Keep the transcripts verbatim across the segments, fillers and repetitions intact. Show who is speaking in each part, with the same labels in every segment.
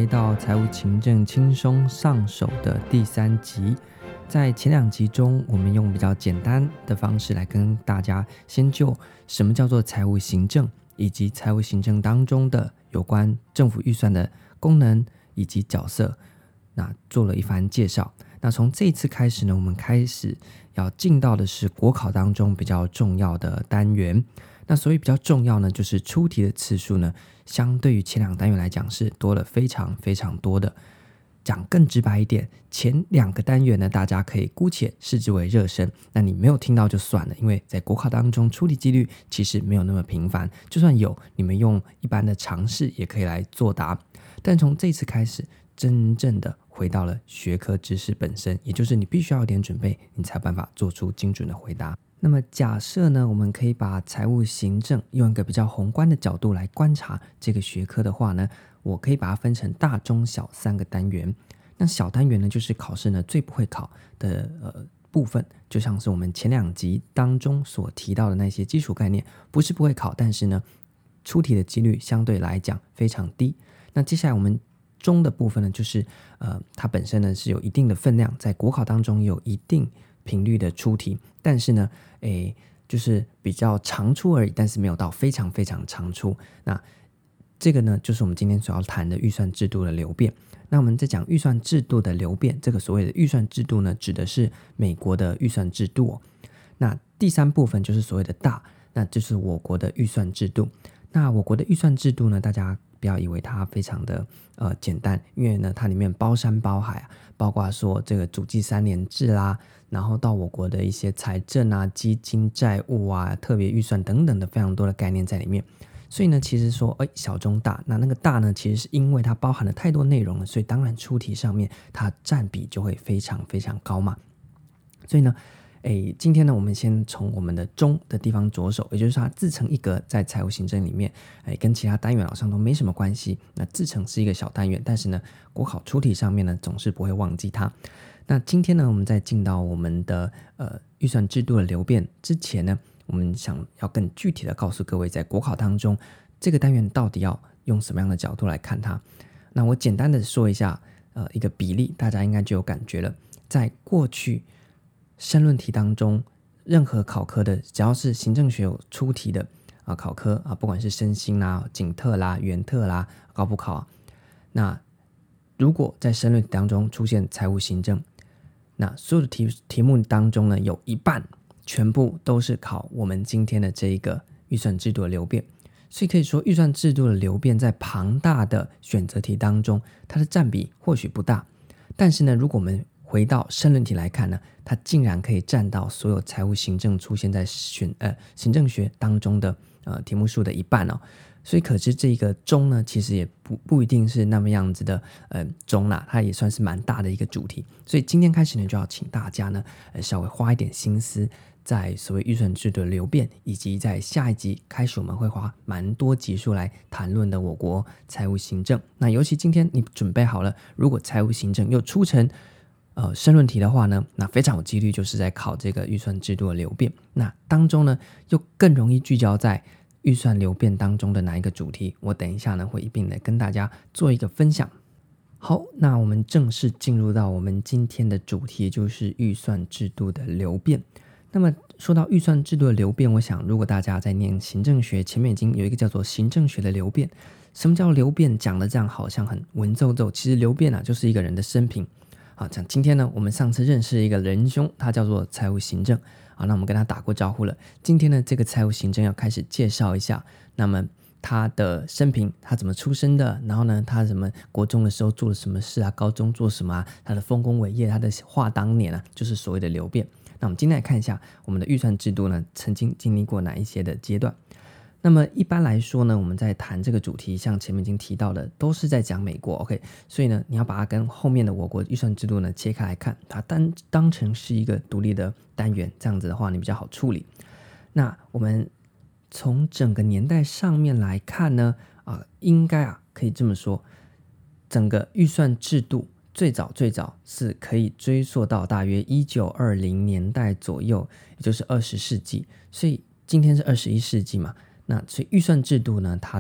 Speaker 1: 回到财务行政轻松上手的第三集。在前两集中，我们用比较简单的方式来跟大家先就什么叫做财务行政，以及财务行政当中的有关政府预算的功能以及角色，那做了一番介绍。那从这一次开始呢，我们开始要进到的是国考当中比较重要的单元。那所以比较重要呢，就是出题的次数呢，相对于前两个单元来讲是多了非常非常多的。讲更直白一点，前两个单元呢，大家可以姑且视之为热身，那你没有听到就算了，因为在国考当中出题几率其实没有那么频繁，就算有，你们用一般的常识也可以来作答。但从这次开始，真正的回到了学科知识本身，也就是你必须要有点准备，你才有办法做出精准的回答。那么假设呢，我们可以把财务行政用一个比较宏观的角度来观察这个学科的话呢，我可以把它分成大中小三个单元。那小单元呢，就是考试呢最不会考的呃部分，就像是我们前两集当中所提到的那些基础概念，不是不会考，但是呢出题的几率相对来讲非常低。那接下来我们中的部分呢，就是呃它本身呢是有一定的分量，在国考当中有一定频率的出题，但是呢诶就是比较常出而已，但是没有到非常非常常出。那这个呢就是我们今天所要谈的预算制度的流变。那我们在讲预算制度的流变，这个所谓的预算制度呢，指的是美国的预算制度哦。那第三部分就是所谓的大，那就是我国的预算制度。那我国的预算制度呢，大家不要以为它非常的呃简单，因为呢它里面包山包海啊，包括说这个主计三年制啦，然后到我国的一些财政啊、基金、债务啊、特别预算等等的非常多的概念在里面。所以呢，其实说，哎，小中大，那那个大呢，其实是因为它包含了太多内容了，所以当然出题上面它占比就会非常非常高嘛。所以呢，哎，今天呢，我们先从我们的中的地方着手，也就是它自成一格，在财务行政里面，哎，跟其他单元好像都没什么关系。那自成是一个小单元，但是呢，国考出题上面呢，总是不会忘记它。那今天呢，我们在进到我们的呃预算制度的流变之前呢，我们想要更具体的告诉各位，在国考当中这个单元到底要用什么样的角度来看它。那我简单的说一下呃一个比例，大家应该就有感觉了。在过去申论题当中，任何考科的只要是行政学有出题的啊考科啊，不管是身心啦、景特啦、原特啦、高普考啊，那如果在申论题当中出现财务行政，那所有的 题, 题目当中呢，有一半全部都是考我们今天的这一个预算制度的流变。所以可以说预算制度的流变在庞大的选择题当中，它的占比或许不大，但是呢，如果我们回到申论题来看呢，它竟然可以占到所有财务行政出现在选呃行政学当中的呃题目数的一半哦。所以可知这个中呢，其实也不不一定是那么样子的呃中啦，它也算是蛮大的一个主题。所以今天开始呢，就要请大家呢呃稍微花一点心思，在所谓预算制度的流变，以及在下一集开始我们会花蛮多集数来谈论的我国财务行政。那尤其今天你准备好了，如果财务行政又出成呃申论题的话呢，那非常有几率就是在考这个预算制度的流变。那当中呢，又更容易聚焦在预算流变当中的哪一个主题，我等一下呢会一并的跟大家做一个分享。好，那我们正式进入到我们今天的主题，就是预算制度的流变。那么说到预算制度的流变，我想如果大家在念行政学，前面已经有一个叫做行政学的流变。什么叫流变？讲的这样好像很文绉绉，其实流变啊就是一个人的生平。好，讲今天呢，我们上次认识一个仁兄，他叫做财务行政。好，那我们跟他打过招呼了。今天呢，这个财务行政要开始介绍一下，那么他的生平，他怎么出生的，然后呢，他什么国中的时候做了什么事啊，高中做什么啊，他的丰功伟业，他的话当年啊，就是所谓的流变。那我们今天来看一下我们的预算制度呢，曾经经历过哪一些的阶段。那么一般来说呢，我们在谈这个主题，像前面已经提到的，都是在讲美国 OK， 所以呢，你要把它跟后面的我国预算制度呢切开来看，它当当成是一个独立的单元，这样子的话你比较好处理。那我们从整个年代上面来看呢，啊，应该啊可以这么说，整个预算制度最早最早是可以追溯到大约一九二零年代左右，也就是二十世纪，所以今天是二十一世纪嘛。那所以预算制度呢，它的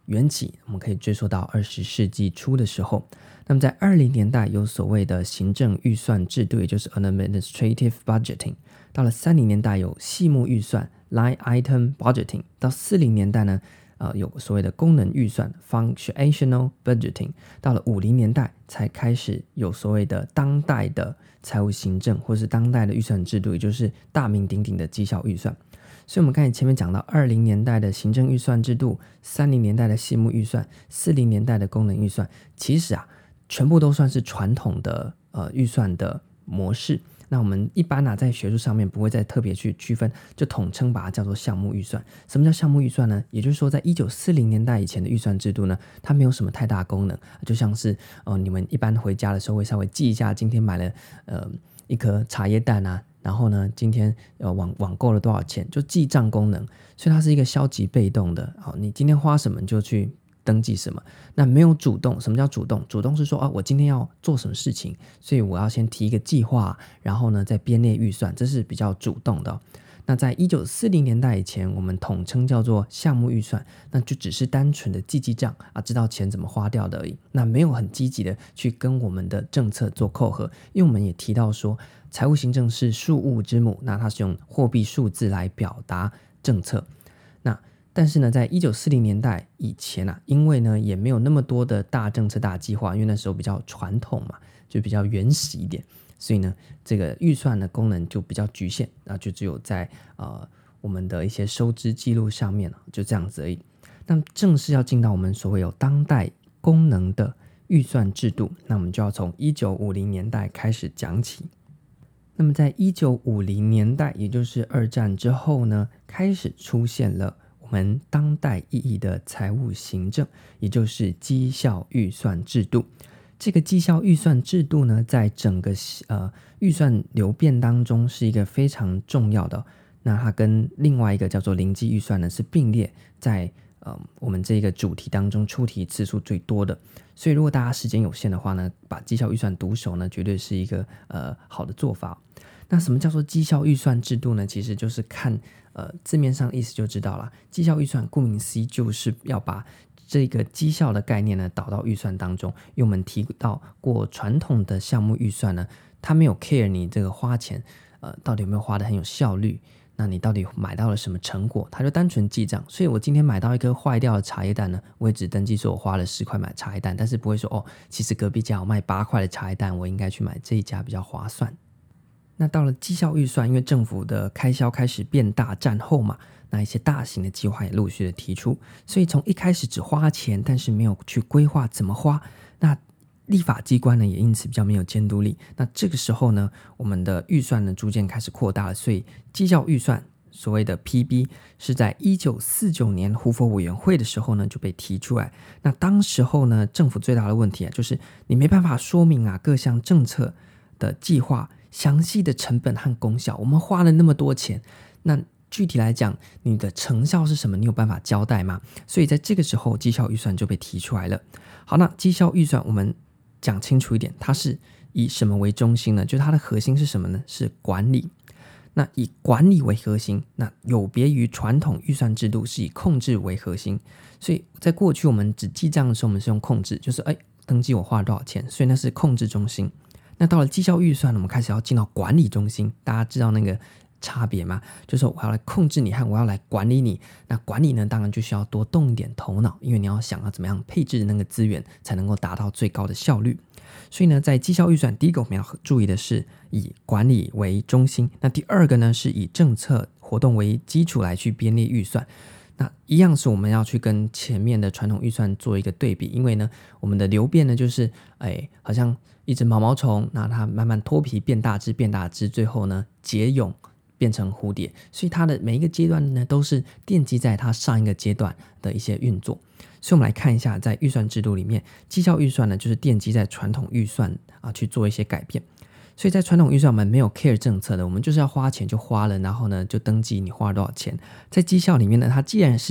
Speaker 1: 缘起我们可以追溯到二十世纪初的时候。那么在二零年代有所谓的行政预算制度，也就是 administrative budgeting。到了三零年代有细目预算 line item budgeting。到四零年代呢，呃，有所谓的功能预算 functional budgeting。到了五零年代才开始有所谓的当代的财务行政或是当代的预算制度，也就是大名鼎鼎的绩效预算。所以我们刚才前面讲到二零年代的行政预算制度，三零年代的细目预算，四零年代的功能预算，其实啊全部都算是传统的呃预算的模式。那我们一般啊在学术上面不会再特别去区分，就统称把它叫做项目预算。什么叫项目预算呢？也就是说在一九四零年代以前的预算制度呢，它没有什么太大功能，就像是呃你们一般回家的时候会稍微记一下今天买了呃一颗茶叶蛋啊，然后呢今天呃网网购了多少钱，就记账功能。所以它是一个消极被动的，好，你今天花什么你就去登记什么。那没有主动。什么叫主动？主动是说啊，我今天要做什么事情，所以我要先提一个计划，然后呢再编列预算，这是比较主动的。那在一九四零年代以前，我们统称叫做项目预算，那就只是单纯的记记账啊，知道钱怎么花掉的而已。那没有很积极的去跟我们的政策做扣合，因为我们也提到说财务行政是数物之母，那它是用货币数字来表达政策。那但是呢在一九四零年代以前啊，因为呢也没有那么多的大政策大计划，因为那时候比较传统嘛，就比较原始一点，所以呢这个预算的功能就比较局限，那就只有在呃我们的一些收支记录上面就这样子而已。那正式要进到我们所谓有当代功能的预算制度，那我们就要从一九五零年代开始讲起。那么在一九五零年代，也就是二战之后呢，开始出现了我们当代意义的财务行政，也就是绩效预算制度。这个绩效预算制度呢，在整个呃预算流变当中是一个非常重要的。那它跟另外一个叫做零基预算呢是并列在呃我们这个主题当中出题次数最多的。所以如果大家时间有限的话呢，把绩效预算读熟呢，绝对是一个呃好的做法。那什么叫做绩效预算制度呢？其实就是看呃字面上的意思就知道了。绩效预算顾名思义就是要把这个绩效的概念呢导到预算当中。因为我们提到过传统的项目预算呢，它没有 care 你这个花钱呃到底有没有花得很有效率，那你到底买到了什么成果，它就单纯记账。所以我今天买到一颗坏掉的茶叶蛋呢，我也只登记说我花了十块买茶叶蛋，但是不会说哦，其实隔壁家有卖八块的茶叶蛋，我应该去买这一家比较划算。那到了绩效预算，因为政府的开销开始变大，战后嘛，那一些大型的计划也陆续的提出，所以从一开始只花钱，但是没有去规划怎么花，那立法机关呢也因此比较没有监督力。那这个时候呢，我们的预算呢逐渐开始扩大了，所以绩效预算所谓的 P B 是在一九四九年胡佛委员会的时候呢就被提出来。那当时候呢，政府最大的问题啊，就是你没办法说明啊各项政策的计划详细的成本和功效，我们花了那么多钱，那具体来讲你的成效是什么，你有办法交代吗？所以在这个时候绩效预算就被提出来了。好，那绩效预算我们讲清楚一点，它是以什么为中心呢？就是它的核心是什么呢？是管理。那以管理为核心，那有别于传统预算制度是以控制为核心。所以在过去我们只记账的时候，我们是用控制，就是哎登记我花了多少钱，所以那是控制中心。那到了绩效预算，我们开始要进到管理中心。大家知道那个差别吗？就是我要来控制你和我要来管理你。那管理呢，当然就需要多动一点头脑，因为你要想要怎么样配置那个资源才能够达到最高的效率。所以呢，在绩效预算，第一个我们要注意的是以管理为中心。那第二个呢，是以政策活动为基础来去编列预算。那一样是我们要去跟前面的传统预算做一个对比，因为呢，我们的流变呢，就是哎，好像一只毛毛虫，那它慢慢脱皮变大只，变大只，最后呢结蛹变成蝴蝶。所以它的每一个阶段呢，都是奠基在它上一个阶段的一些运作。所以我们来看一下，在预算制度里面，绩效预算呢，就是奠基在传统预算啊去做一些改变。所以在传统预算我们没有 care 政策的，我们就是要花钱就花了，然后呢就登记你花了多少钱。在绩效里面呢，它既然是以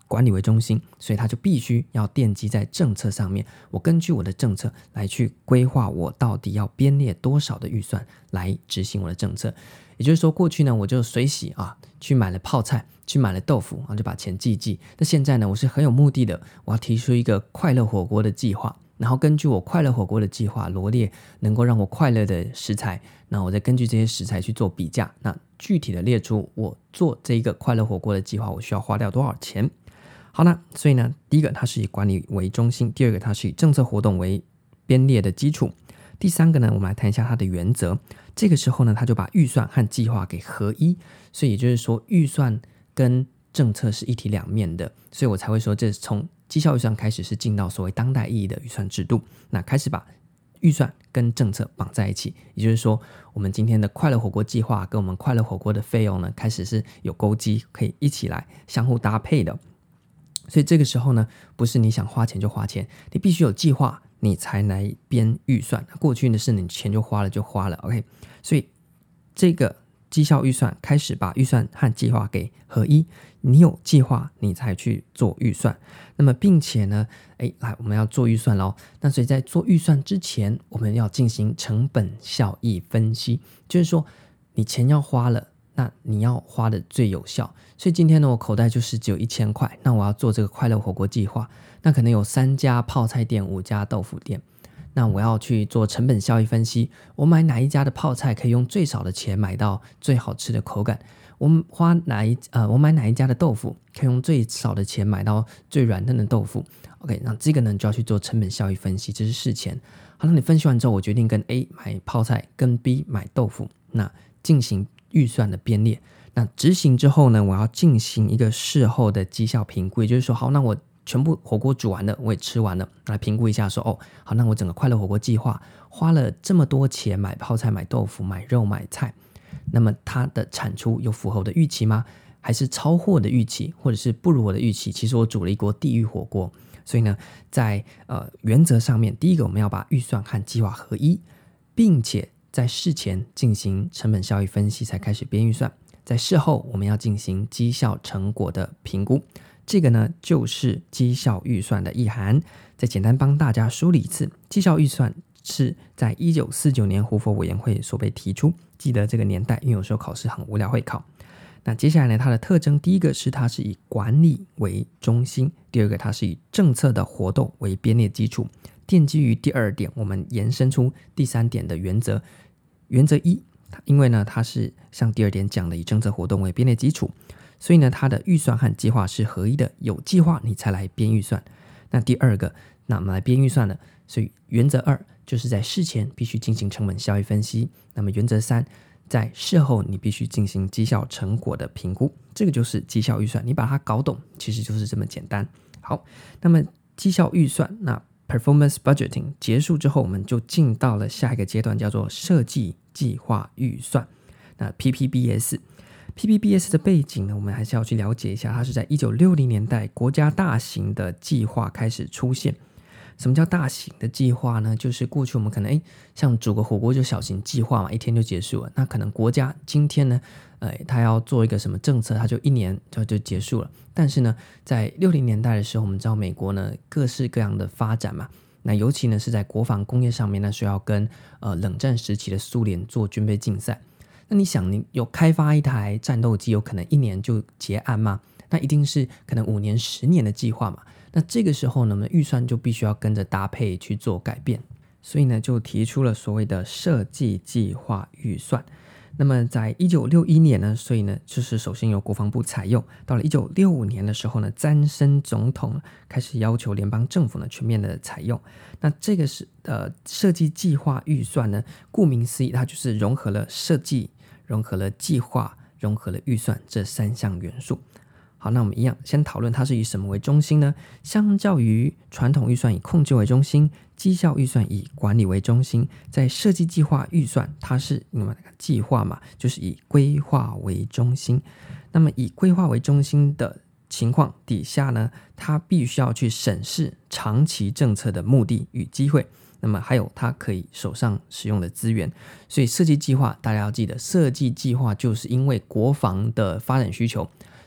Speaker 1: 管理为中心，所以它就必须要奠基在政策上面。我根据我的政策来去规划我到底要编列多少的预算来执行我的政策。也就是说，过去呢我就随喜啊去买了泡菜，去买了豆腐，然后就把钱记一记。那现在呢，我是很有目的的，我要提出一个快乐火锅的计划，然后根据我快乐火锅的计划罗列能够让我快乐的食材，那我再根据这些食材去做比价，那具体的列出我做这一个快乐火锅的计划我需要花掉多少钱。好，那所以呢，第一个它是以管理为中心，第二个它是以政策活动为编列的基础，第三个呢，我们来谈一下它的原则。这个时候呢，它就把预算和计划给合一，所以也就是说预算跟政策是一体两面的，所以我才会说这从绩效预算开始是进到所谓当代意义的预算制度，那开始把预算跟政策绑在一起，也就是说我们今天的快乐火锅计划跟我们快乐火锅的费用呢，开始是有勾稽，可以一起来相互搭配的。所以这个时候呢，不是你想花钱就花钱，你必须有计划你才来编预算。过去的是你钱就花了就花了 OK， 所以这个绩效预算开始把预算和计划给合一，你有计划你才去做预算。那么并且呢，诶，来我们要做预算咯，那所以在做预算之前我们要进行成本效益分析，就是说你钱要花了，那你要花的最有效。所以今天呢，我口袋就是只有一千块，那我要做这个快乐火锅计划，那可能有三家泡菜店，五家豆腐店，那我要去做成本效益分析，我买哪一家的泡菜可以用最少的钱买到最好吃的口感，我花哪一呃，我买哪一家的豆腐可以用最少的钱买到最软嫩的豆腐。 OK， 那这个呢就要去做成本效益分析，这是事前。好，那你分析完之后，我决定跟 A 买泡菜，跟 B 买豆腐，那进行预算的编列。那执行之后呢，我要进行一个事后的绩效评估，也就是说，好，那我全部火锅煮完了，我也吃完了，来评估一下说，哦，好，那我整个快乐火锅计划花了这么多钱买泡菜、买豆腐、买肉、买菜，那么它的产出有符合我的预期吗？还是超乎我的预期，或者是不如我的预期？其实我煮了一锅地狱火锅。所以呢，在呃原则上面，第一个我们要把预算和计划合一，并且在事前进行成本效益分析才开始编预算，在事后我们要进行绩效成果的评估。这个呢就是绩效预算的意涵。再简单帮大家梳理一次，绩效预算是在一九四九年胡佛委员会所被提出，记得这个年代，因为有时候考试很无聊会考。那接下来呢，它的特征，第一个是它是以管理为中心，第二个它是以政策的活动为编列基础。奠基于第二点，我们延伸出第三点的原则。原则一，因为呢它是像第二点讲的以政策活动为编列基础，所以呢它的预算和计划是合一的，有计划你才来编预算。那第二个，那我们来编预算呢，所以原则二就是在事前必须进行成本效益分析，那么原则三，在事后你必须进行绩效成果的评估，这个就是绩效预算。你把它搞懂，其实就是这么简单。好，那么绩效预算，那 performance budgeting 结束之后，我们就进到了下一个阶段，叫做设计计划预算。那 P P B S。P P B S 的背景呢，我们还是要去了解一下，它是在一九六零年代国家大型的计划开始出现。什么叫大型的计划呢？就是过去我们可能诶像煮个火锅就小型计划嘛，一天就结束了。那可能国家今天呢呃，他要做一个什么政策，他就一年就就结束了。但是呢在六零年代的时候，我们知道美国呢各式各样的发展嘛，那尤其呢是在国防工业上面呢，需要跟呃冷战时期的苏联做军备竞赛。那你想，你有开发一台战斗机有可能一年就结案吗？那一定是可能五年十年的计划嘛。那这个时候呢，预算就必须要跟着搭配去做改变，所以呢就提出了所谓的设计计划预算。那么在一九六一年呢，所以呢就是首先由国防部采用，到了一九六五年的时候呢，詹森总统开始要求联邦政府呢全面的采用。那这个是呃设计计划预算呢，顾名思义，它就是融合了设计、融合了计划、融合了预算这三项元素。好，那我们一样先讨论它是以什么为中心呢？相较于传统预算以控制为中心，绩效预算以管理为中心。在设计计划预算，它是因为计划嘛，就是以规划为中心。那么以规划为中心的情况底下呢，它必须要去审视长期政策的目的与机会，那么还有它可以手上使用的资源。所以设计计划大家要记得，设计计划就是因为国防的发展需求，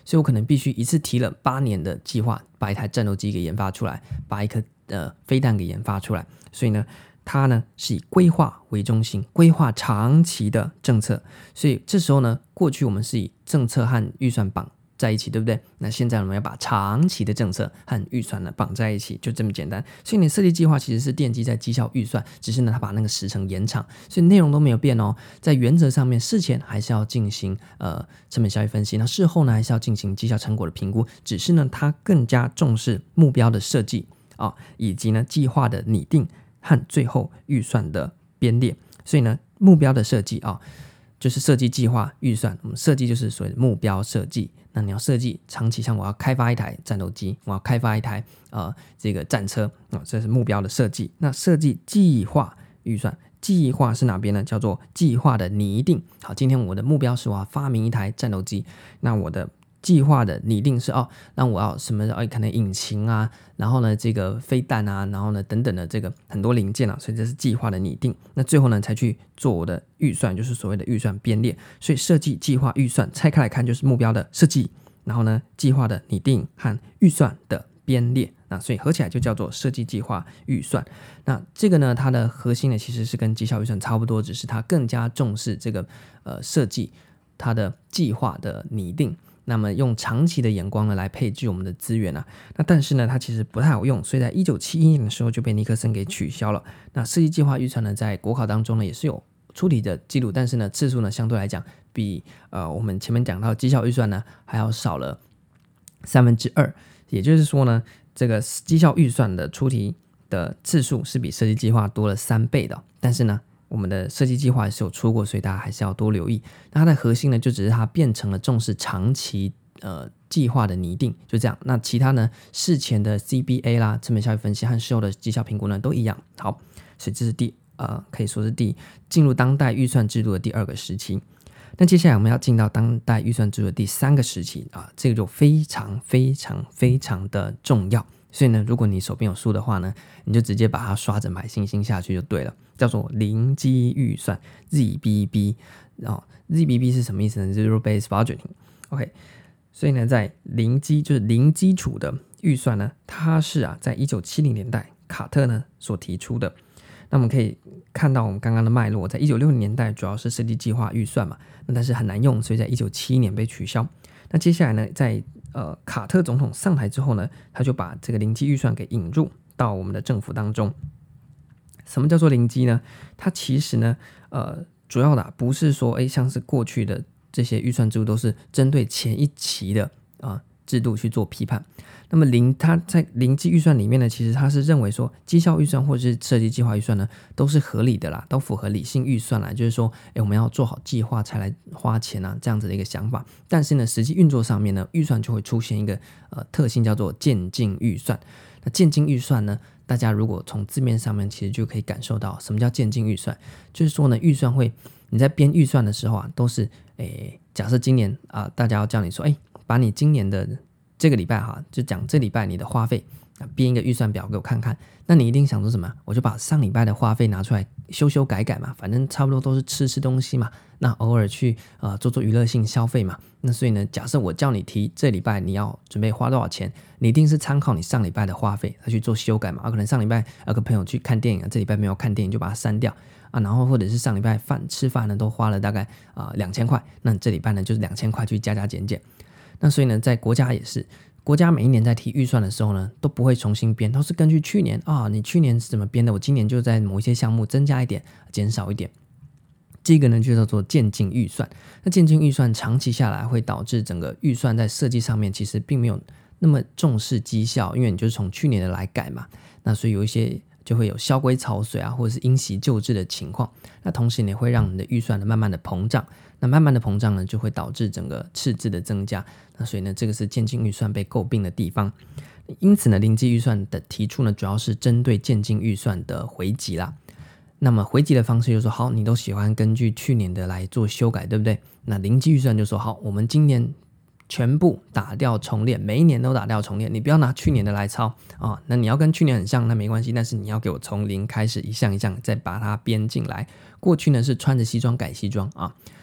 Speaker 1: 所以我可能必须一次提了八年的计划，把一台战斗机给研发出来，把一颗呃飞弹给研发出来。所以呢，它呢是以规划为中心，规划长期的政策。所以这时候呢，过去我们是以政策和预算绑在一起，对不对？那现在我们要把长期的政策和预算呢绑在一起，就这么简单。所以你的设计计划其实是奠基在绩效预算，只是呢它把那个时程延长，所以内容都没有变哦。在原则上面，事前还是要进行呃成本效益分析，那事后呢还是要进行绩效成果的评估，只是呢它更加重视目标的设计啊、哦，以及呢计划的拟定和最后预算的编列。所以呢目标的设计啊、哦，就是设计计划预算，我们设计就是所谓的目标设计。那你要设计长期，像我要开发一台战斗机，我要开发一台呃这个战车、哦、这是目标的设计。那设计计划预算，计划是哪边呢？叫做计划的拟定。好，今天我的目标是我要发明一台战斗机，那我的计划的拟定是哦，那我要什么？哦，可能引擎啊，然后呢，这个飞弹啊，然后呢，等等的这个很多零件啊，所以这是计划的拟定。那最后呢，才去做我的预算，就是所谓的预算编列。所以设计、计划、预算拆开来看，就是目标的设计，然后呢，计划的拟定和预算的编列。那所以合起来就叫做设计、计划、预算。那这个呢，它的核心呢，其实是跟绩效预算差不多，只是它更加重视这个呃设计，它的计划的拟定。那么用长期的眼光呢来配置我们的资源啊，那但是呢它其实不太好用，所以在一九七一年的时候就被尼克森给取消了。那设计计划预算呢在国考当中呢也是有出题的记录，但是呢次数呢相对来讲比呃我们前面讲到绩效预算呢还要少了三分之二，也就是说呢这个绩效预算的出题的次数是比设计计划多了三倍的、哦、但是呢我们的设计计划也是有出过，所以大家还是要多留意。那它的核心呢，就只是它变成了重视长期呃计划的拟定，就这样。那其他呢，事前的 C B A 啦、成本效益分析和事后的绩效评估呢，都一样。好，所以这是第呃可以说是第进入当代预算制度的第二个时期。那接下来我们要进到当代预算制度的第三个时期啊，这个就非常非常非常的重要。所以呢，如果你手边有书的话呢，你就直接把它刷着买星星下去就对了，叫做零基预算 Z B B、哦、Z B B 是什么意思呢？ Zero Based Budgeting。 OK， 所以呢，在零基就是零基础的预算呢，它是啊，在一九七零年代卡特呢所提出的。那我们可以看到我们刚刚的脉络，在一九六零年代主要是设计计划预算嘛，那但是很难用，所以在一九七一年被取消。那接下来呢，在呃卡特总统上台之后呢，他就把这个零基预算给引入到我们的政府当中。什么叫做零基呢？它其实呢，呃，主要的、啊、不是说，哎，像是过去的这些预算制度都是针对前一期的啊、呃、制度去做批判。那么零，它在零基预算里面呢，其实它是认为说，绩效预算或者是设计计划预算呢，都是合理的啦，都符合理性预算啦，就是说，哎，我们要做好计划才来花钱啊，这样子的一个想法。但是呢，实际运作上面呢，预算就会出现一个呃特性，叫做渐进预算。那渐进预算呢，大家如果从字面上面，其实就可以感受到什么叫渐进预算，就是说呢，预算会你在编预算的时候啊，都是诶，假设今年啊、呃，大家要叫你说，哎，把你今年的这个礼拜哈，就讲这礼拜你的花费，编一个预算表给我看看。那你一定想说什么？我就把上礼拜的花费拿出来修修改改嘛，反正差不多都是吃吃东西嘛。那偶尔去呃做做娱乐性消费嘛。那所以呢，假设我叫你提这礼拜你要准备花多少钱，你一定是参考你上礼拜的花费来去做修改嘛。啊，可能上礼拜有个朋友去看电影，这礼拜没有看电影就把它删掉啊。然后或者是上礼拜饭吃饭呢都花了大概啊两千块，那这礼拜呢就是两千块去加加减减。那所以呢，在国家也是，国家每一年在提预算的时候呢，都不会重新编，都是根据去年啊，你去年是怎么编的，我今年就在某一些项目增加一点，减少一点。这个呢就叫做渐进预算。那渐进预算长期下来会导致整个预算在设计上面其实并没有那么重视绩效，因为你就是从去年的来改嘛，那所以有一些就会有萧规曹随啊，或者是因袭旧制的情况。那同时也会让你的预算呢慢慢的膨胀，那慢慢的膨胀呢就会导致整个赤字的增加。那所以呢，这个是渐进预算被诟病的地方。因此呢，零基预算的提出呢，主要是针对渐进预算的回击啦。那么回击的方式就是说，好，你都喜欢根据去年的来做修改，对不对？那零基预算就说，好，我们今年全部打掉重练，每一年都打掉重练，你不要拿去年的来抄啊。那你要跟去年很像，那没关系，但是你要给我从零开始，一项一项再把它编进来。过去呢是穿着西装改西装啊，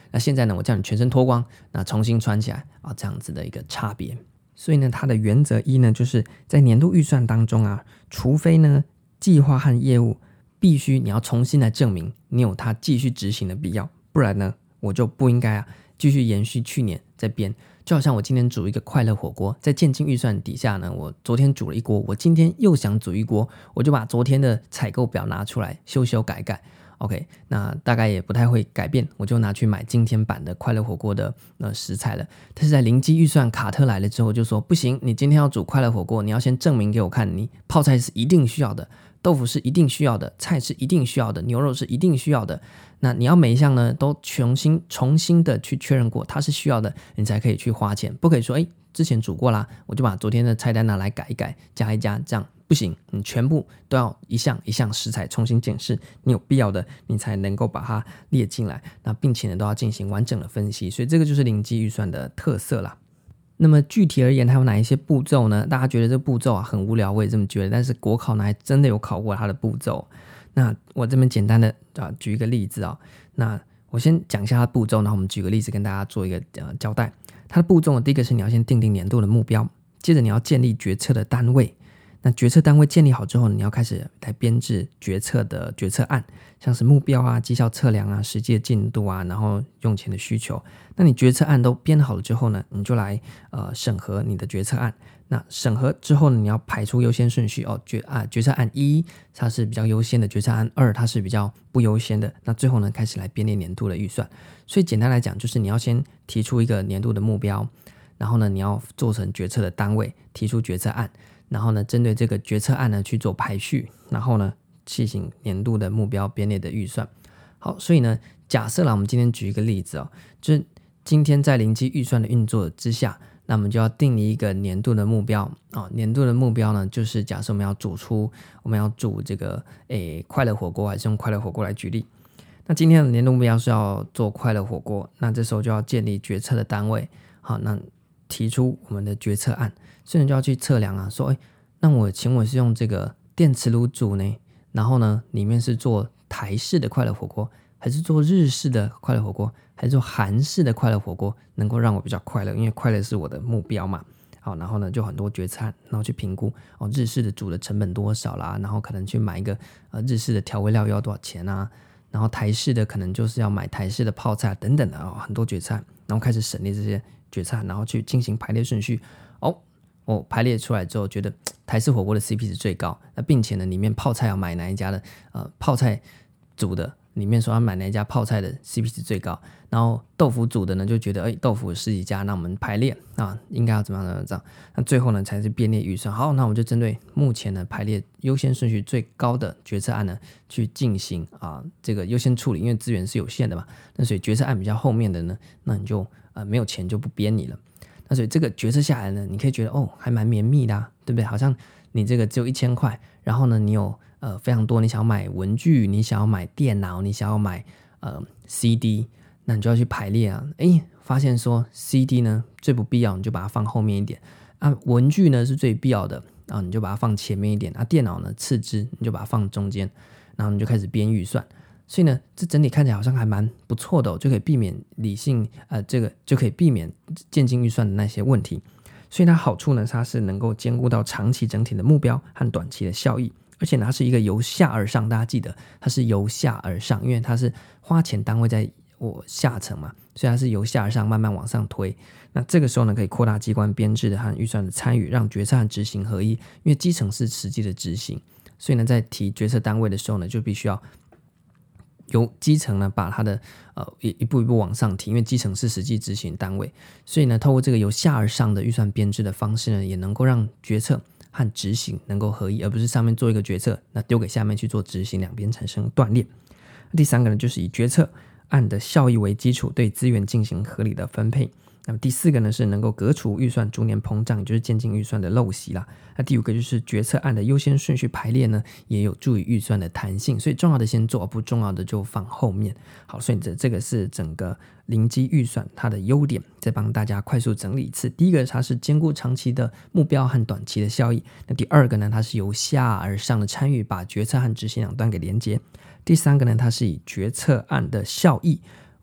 Speaker 1: 那现在呢，我叫你全身脱光，那重新穿起来啊，这样子的一个差别。所以呢，它的原则一呢，就是在年度预算当中啊，除非呢计划和业务必须你要重新来证明你有它继续执行的必要，不然呢，我就不应该啊继续延续去年在编。就好像我今天煮一个快乐火锅，在渐进预算底下呢，我昨天煮了一锅，我今天又想煮一锅，我就把昨天的采购表拿出来修修改改。OK， 那大概也不太会改变，我就拿去买今天版的快乐火锅的呃食材了。但是在灵机预算卡特来了之后，就说不行，你今天要煮快乐火锅，你要先证明给我看，你泡菜是一定需要的，豆腐是一定需要的，菜是一定需要的，牛肉是一定需要的。那你要每一项呢都重新重新的去确认过它是需要的，你才可以去花钱，不可以说哎之前煮过啦，我就把昨天的菜单拿来改一改，加一加，这样不行，你全部都要一项一项食材重新检视，你有必要的你才能够把它列进来，那并且呢都要进行完整的分析，所以这个就是灵机预算的特色啦。那么具体而言，它有哪一些步骤呢？大家觉得这个步骤啊很无聊，我也这么觉得，但是国考呢还真的有考过它的步骤。那我这边简单的啊举一个例子啊，那我先讲一下它的步骤，然后我们举个例子跟大家做一个呃交代。它的步骤呢，第一个是你要先定定年度的目标，接着你要建立决策的单位。那决策单位建立好之后，你要开始来编制决策的决策案，像是目标啊、绩效测量啊、实际的进度啊，然后用钱的需求。那你决策案都编好了之后呢，你就来呃审核你的决策案。那审核之后呢，你要排出优先顺序哦，决啊决策案一它是比较优先的，决策案二它是比较不优先的。那最后呢，开始来编列年度的预算。所以简单来讲，就是你要先提出一个年度的目标，然后呢，你要做成决策的单位，提出决策案。然后呢，针对这个决策案呢去做排序，然后呢进行年度的目标编列的预算。好，所以呢，假设啦，我们今天举一个例子哦，就是今天在灵机预算的运作之下，那我们就要定一个年度的目标哦。年度的目标呢，就是假设我们要煮出，我们要煮这个诶快乐火锅，还是用快乐火锅来举例。那今天的年度目标是要做快乐火锅，那这时候就要建立决策的单位。好，那提出我们的决策案，所以你就要去测量啊，说，哎，那我请我是用这个电磁炉煮呢，然后呢，里面是做台式的快乐火锅，还是做日式的快乐火锅，还是做韩式的快乐火锅，能够让我比较快乐，因为快乐是我的目标嘛。好，然后呢，就很多决策案，然后去评估哦，日式的煮的成本多少啦，然后可能去买一个呃日式的调味料要多少钱啊，然后台式的可能就是要买台式的泡菜等等的哦，很多决策案，然后开始省略这些决策，然后去进行排列顺序。哦，我排列出来之后，觉得台式火锅的 C P 值最高，那并且呢，里面泡菜要买哪一家的呃泡菜煮的，里面说要买哪一家泡菜的 C P 值最高，然后豆腐煮的呢就觉得哎豆腐有十几家，那我们排列啊应该要怎么样怎么样，那最后呢才是编列预算。好，那我们就针对目前呢排列优先顺序最高的决策案呢去进行啊这个优先处理，因为资源是有限的嘛，那所以决策案比较后面的呢，那你就呃没有钱就不编你了。那所以这个决策下来呢，你可以觉得哦还蛮绵密的啊，对不对？好像你这个只有一千块，然后呢你有呃非常多，你想要买文具，你想要买电脑，你想要买呃 C D， 那你就要去排列啊。诶，发现说 C D 呢最不必要，你就把它放后面一点啊。文具呢是最必要的啊，你就把它放前面一点啊。电脑呢次之，你就把它放中间，然后你就开始编预算。所以呢，这整体看起来好像还蛮不错的哦，就可以避免理性呃，这个就可以避免渐进预算的那些问题。所以它好处呢，它是能够兼顾到长期整体的目标和短期的效益，而且呢，它是一个由下而上，大家记得它是由下而上，因为它是花钱单位在我下层嘛，所以它是由下而上慢慢往上推。那这个时候呢，可以扩大机关编制的和预算的参与，让决策和执行合一，因为基层是实际的执行，所以呢，在提决策单位的时候呢，就必须要由基层呢把它的呃一一步一步往上提，因为基层是实际执行单位，所以呢，透过这个由下而上的预算编制的方式呢，也能够让决策和执行能够合一，而不是上面做一个决策，那丢给下面去做执行，两边产生断裂。第三个呢，就是以决策案的效益为基础，对资源进行合理的分配。那么第四个呢，是能够革除预算逐年膨胀，也就是渐进预算的陋习啦。那第五个就是决策案的优先顺序排列呢，也有助于预算的弹性，所以重要的先做，不重要的就放后面。好，所以这这个是整个灵机预算它的优点，再帮大家快速整理一次。第一个，它是兼顾长期的目标和短期的效益。那第二个呢，它是由下而上的参与，把决策和执行两端给连接。第三个呢，它是以决策案的效益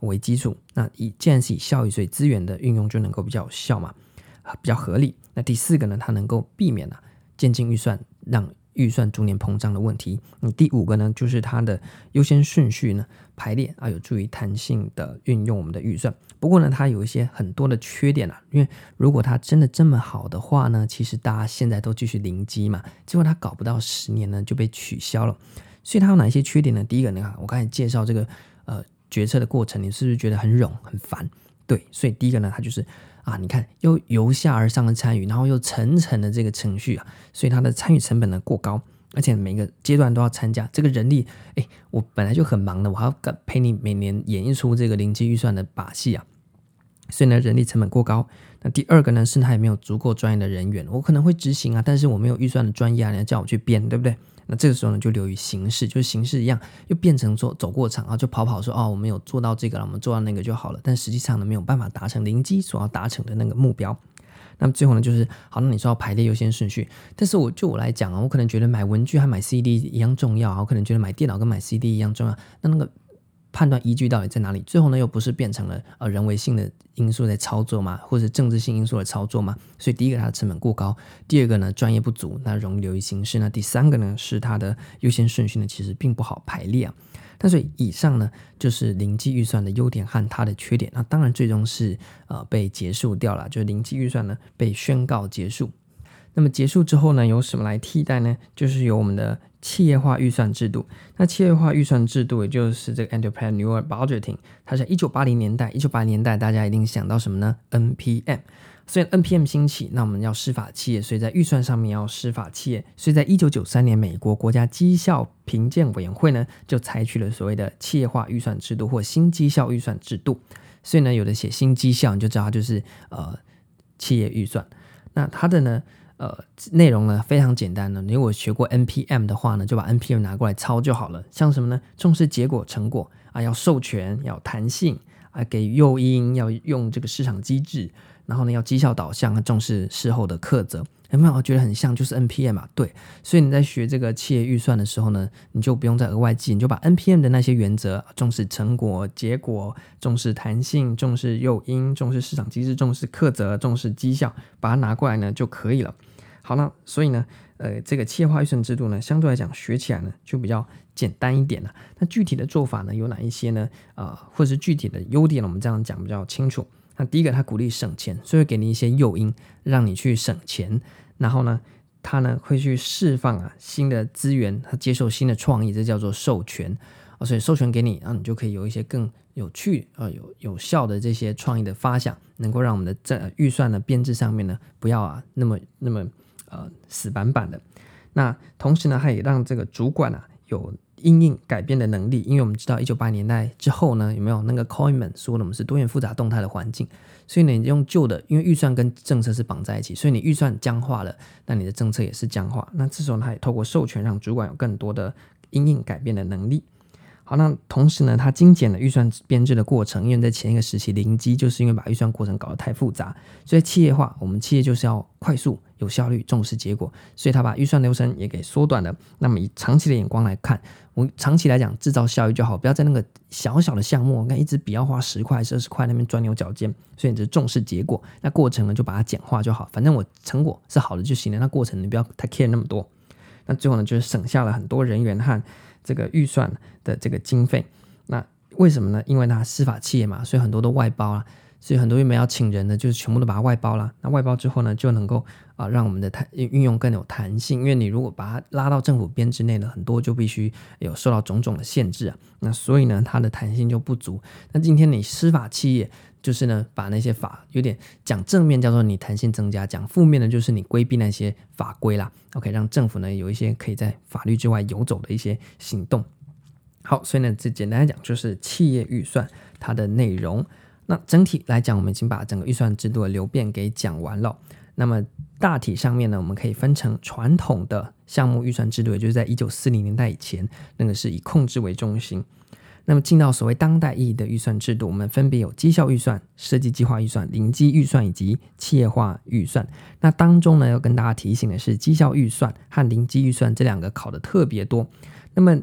Speaker 1: 为基础。那以既然是以效益，所以资源的运用就能够比较有效嘛，比较合理。那第四个呢，它能够避免啊渐进预算让预算逐年膨胀的问题。嗯、第五个呢，就是它的优先顺序呢排列啊，有助于弹性的运用我们的预算。不过呢，它有一些很多的缺点啊，因为如果它真的这么好的话呢，其实大家现在都继续零基嘛，结果它搞不到十年呢就被取消了。所以它有哪一些缺点呢？第一个，你看我刚才介绍这个呃决策的过程，你是不是觉得很冗很烦？对，所以第一个呢，它就是啊，你看又由下而上的参与，然后又层层的这个程序啊，所以它的参与成本呢过高，而且每个阶段都要参加。这个人力，哎，我本来就很忙的，我还要陪你每年演绎出这个零基预算的把戏啊，所以呢，人力成本过高。那第二个呢，是它也没有足够专业的人员，我可能会执行啊，但是我没有预算的专业啊，你要叫我去编，对不对？那这个时候呢，就流于形式，就是形式一样，又变成说走过场啊，就跑跑说哦，我们有做到这个了，我们做到那个就好了。但实际上呢，没有办法达成零基所要达成的那个目标。那么最后呢，就是好，那你说要排列优先顺序，但是我就我来讲啊，我可能觉得买文具和买 C D 一样重要啊，我可能觉得买电脑跟买 C D 一样重要。那那个判断依据到底在哪里？最后呢，又不是变成了呃人为性的因素在操作嘛，或者政治性因素的操作嘛？所以第一个它的成本过高，第二个呢专业不足，那容易流于形式。那第三个呢是它的优先顺序呢其实并不好排列啊。那所以以上呢就是零基预算的优点和它的缺点。那当然最终是呃被结束掉了，就是零基预算呢被宣告结束。那么结束之后呢，由什么来替代呢？就是由我们的企业化预算制度。那企业化预算制度也就是这个 Entrepreneur Budgeting， 它在一九八零年代，一九八零年代大家一定想到什么呢？ N P M。 所以 N P M 兴起，那我们要施法企业，所以在预算上面要施法企业。所以在一九九三年，美国国家绩效评鉴委员会呢就采取了所谓的企业化预算制度或新绩效预算制度。所以呢，有的写新绩效，你就知道它就是呃企业预算。那它的呢呃，内容呢非常简单的，你如果学过 N P M 的话呢，就把 N P M 拿过来抄就好了。像什么呢？重视结果成果啊，要授权，要弹性啊，给诱因，要用这个市场机制，然后呢要绩效导向，重视事后的课责。有没有觉得很像？就是 N P M 啊，对。所以你在学这个企业预算的时候呢，你就不用再额外记，你就把 N P M 的那些原则，重视成果、结果，重视弹性，重视诱因，重视市场机制，重视课责，重视绩效，把它拿过来呢就可以了。好，那所以呢，呃，这个企业化预算制度呢，相对来讲学起来呢就比较简单一点了。那具体的做法呢有哪一些呢？呃，或者是具体的优点，我们这样讲比较清楚。那第一个，它鼓励省钱，所以会给你一些诱因，让你去省钱。然后呢，它呢会去释放啊新的资源，它接受新的创意，这叫做授权。哦、所以授权给你，然后你就可以有一些更有趣、呃有有效的这些创意的发想，能够让我们的这、呃、预算的编制上面呢不要啊那么那么呃死板板的。那同时呢，它也让这个主管啊有因应改变的能力，因为我们知道一九八零年代之后呢，有没有那个 Kahneman 说的我们是多元复杂动态的环境，所以呢你用旧的，因为预算跟政策是绑在一起，所以你预算僵化了，那你的政策也是僵化。那这时候它也透过授权让主管有更多的因应改变的能力。好，那同时呢，它精简了预算编制的过程，因为在前一个时期零基就是因为把预算过程搞得太复杂，所以企业化，我们企业就是要快速、有效率、重视结果，所以它把预算流程也给缩短了。那么以长期的眼光来看，我长期来讲制造效益就好，不要在那个小小的项目，我看一支笔要花十块、二十块那边钻牛角尖，所以你只重视结果，那过程呢就把它简化就好，反正我成果是好的就行了，那过程你不要太 care 那么多。那最后呢，就是省下了很多人员和这个预算的这个经费。那为什么呢？因为它司法企业嘛，所以很多都外包啦，所以很多原本要请人的就是全部都把它外包啦。那外包之后呢，就能够啊、呃、让我们的运用更有弹性，因为你如果把它拉到政府编制内呢，很多就必须有受到种种的限制啊。那所以呢，它的弹性就不足。那今天你司法企业就是呢，把那些法有点讲正面叫做你弹性增加，讲负面的就是你规避那些法规啦。OK， 让政府呢有一些可以在法律之外游走的一些行动。好，所以呢，这简单来讲就是企业预算它的内容。那整体来讲，我们已经把整个预算制度的流变给讲完了。那么大体上面呢，我们可以分成传统的项目预算制度，也就是在一九四零年代以前，那个是以控制为中心。那么进到所谓当代意义的预算制度，我们分别有绩效预算、设计计划预算、零基预算以及企业化预算。那当中呢，要跟大家提醒的是，绩效预算和零基预算这两个考得特别多。那么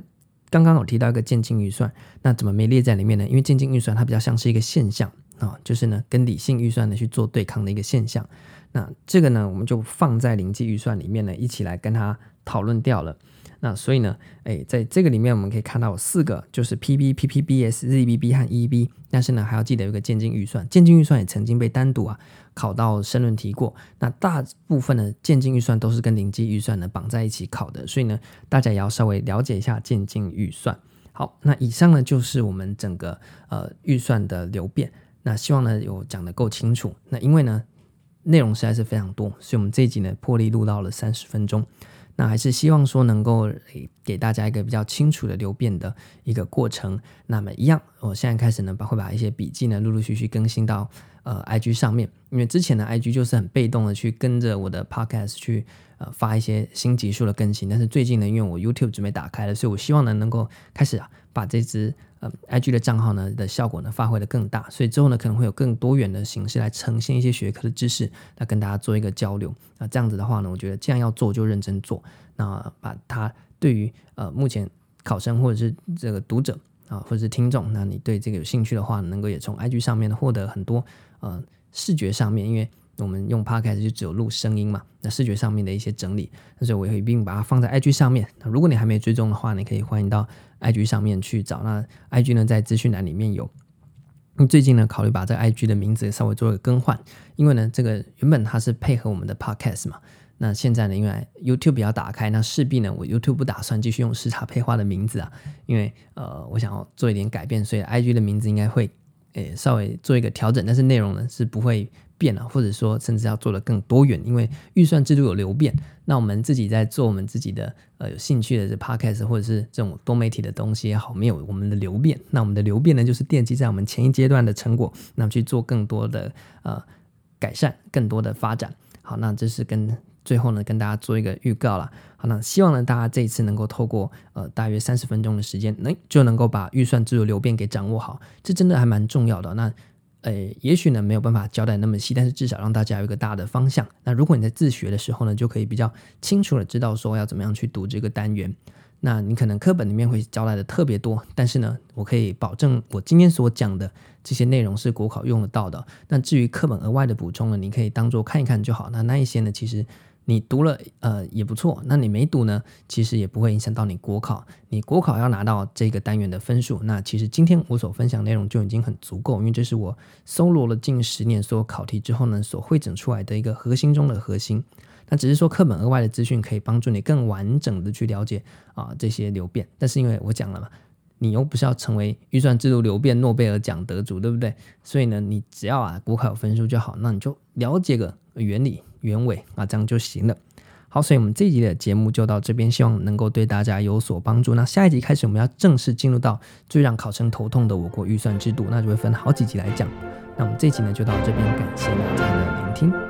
Speaker 1: 刚刚有提到一个渐进预算，那怎么没列在里面呢？因为渐进预算它比较像是一个现象、哦、就是呢跟理性预算呢去做对抗的一个现象。那这个呢我们就放在零计预算里面呢一起来跟它讨论掉了。那所以呢，诶在这个里面我们可以看到有四个，就是 P B、P P B S、Z B B 和 E B， 但是呢还要记得有一个渐进预算，渐进预算也曾经被单独啊考到申论题过。那大部分的渐进预算都是跟零计预算呢绑在一起考的，所以呢大家也要稍微了解一下渐进预算。好，那以上呢就是我们整个呃预算的流变，那希望呢有讲得够清楚。那因为呢内容实在是非常多，所以我们这一集呢破例录到了三十分钟。那还是希望说能够给大家一个比较清楚的流变的一个过程。那么一样，我现在开始呢会把一些笔记呢陆陆续续更新到呃 I G 上面，因为之前的 I G 就是很被动的去跟着我的 Podcast 去呃发一些新集数的更新，但是最近呢因为我 YouTube 准备打开了，所以我希望呢能够开始啊把这支呃 I G 的账号呢的效果呢发挥得更大，所以之后呢可能会有更多元的形式来呈现一些学科的知识，来跟大家做一个交流。那这样子的话呢，我觉得既然要做就认真做，那把它对于呃目前考生或者是这个读者啊或者是听众，那你对这个有兴趣的话，能够也从 I G 上面获得很多呃视觉上面，因为我们用 Podcast 就只有录声音嘛，那视觉上面的一些整理，所以我也会一并把它放在 I G 上面。那如果你还没追踪的话，你可以欢迎到 I G 上面去找，那 I G 呢在资讯栏里面有。最近呢考虑把这个 I G 的名字稍微做一个更换，因为呢这个原本它是配合我们的 Podcast 嘛，那现在呢因为 YouTube 也要打开，那势必呢我 YouTube 不打算继续用时差配花的名字啊，因为呃我想要做一点改变，所以 I G 的名字应该会诶稍微做一个调整，但是内容呢是不会变了，或者说甚至要做得更多元，因为预算制度有流变。那我们自己在做我们自己的呃有兴趣的这 podcast 或者是这种多媒体的东西也好，没有我们的流变，那我们的流变呢就是奠基在我们前一阶段的成果，那去做更多的呃改善，更多的发展。好，那这是跟最后呢跟大家做一个预告啦。好，那希望呢大家这一次能够透过呃大约三十分钟的时间，那就能够把预算制度流变给掌握好，这真的还蛮重要的。那呃，也许呢没有办法交代那么细，但是至少让大家有一个大的方向。那如果你在自学的时候呢，就可以比较清楚的知道说要怎么样去读这个单元。那你可能课本里面会交代的特别多，但是呢我可以保证我今天所讲的这些内容是国考用得到的。那至于课本额外的补充呢，你可以当做看一看就好。那那一些呢其实你读了呃也不错，那你没读呢其实也不会影响到你国考。你国考要拿到这个单元的分数，那其实今天我所分享内容就已经很足够，因为这是我搜罗了近十年所有考题之后呢所汇整出来的一个核心中的核心。那只是说课本额外的资讯可以帮助你更完整的去了解啊这些流变，但是因为我讲了嘛，你又不是要成为预算制度流变诺贝尔奖得主，对不对？所以呢你只要啊国考有分数就好，那你就了解个原理原委啊，这样就行了。好，所以我们这一集的节目就到这边，希望能够对大家有所帮助。那下一集开始我们要正式进入到最让考生头痛的我国预算制度，那就会分好几集来讲。那我们这一集呢就到这边，感谢大家的聆听。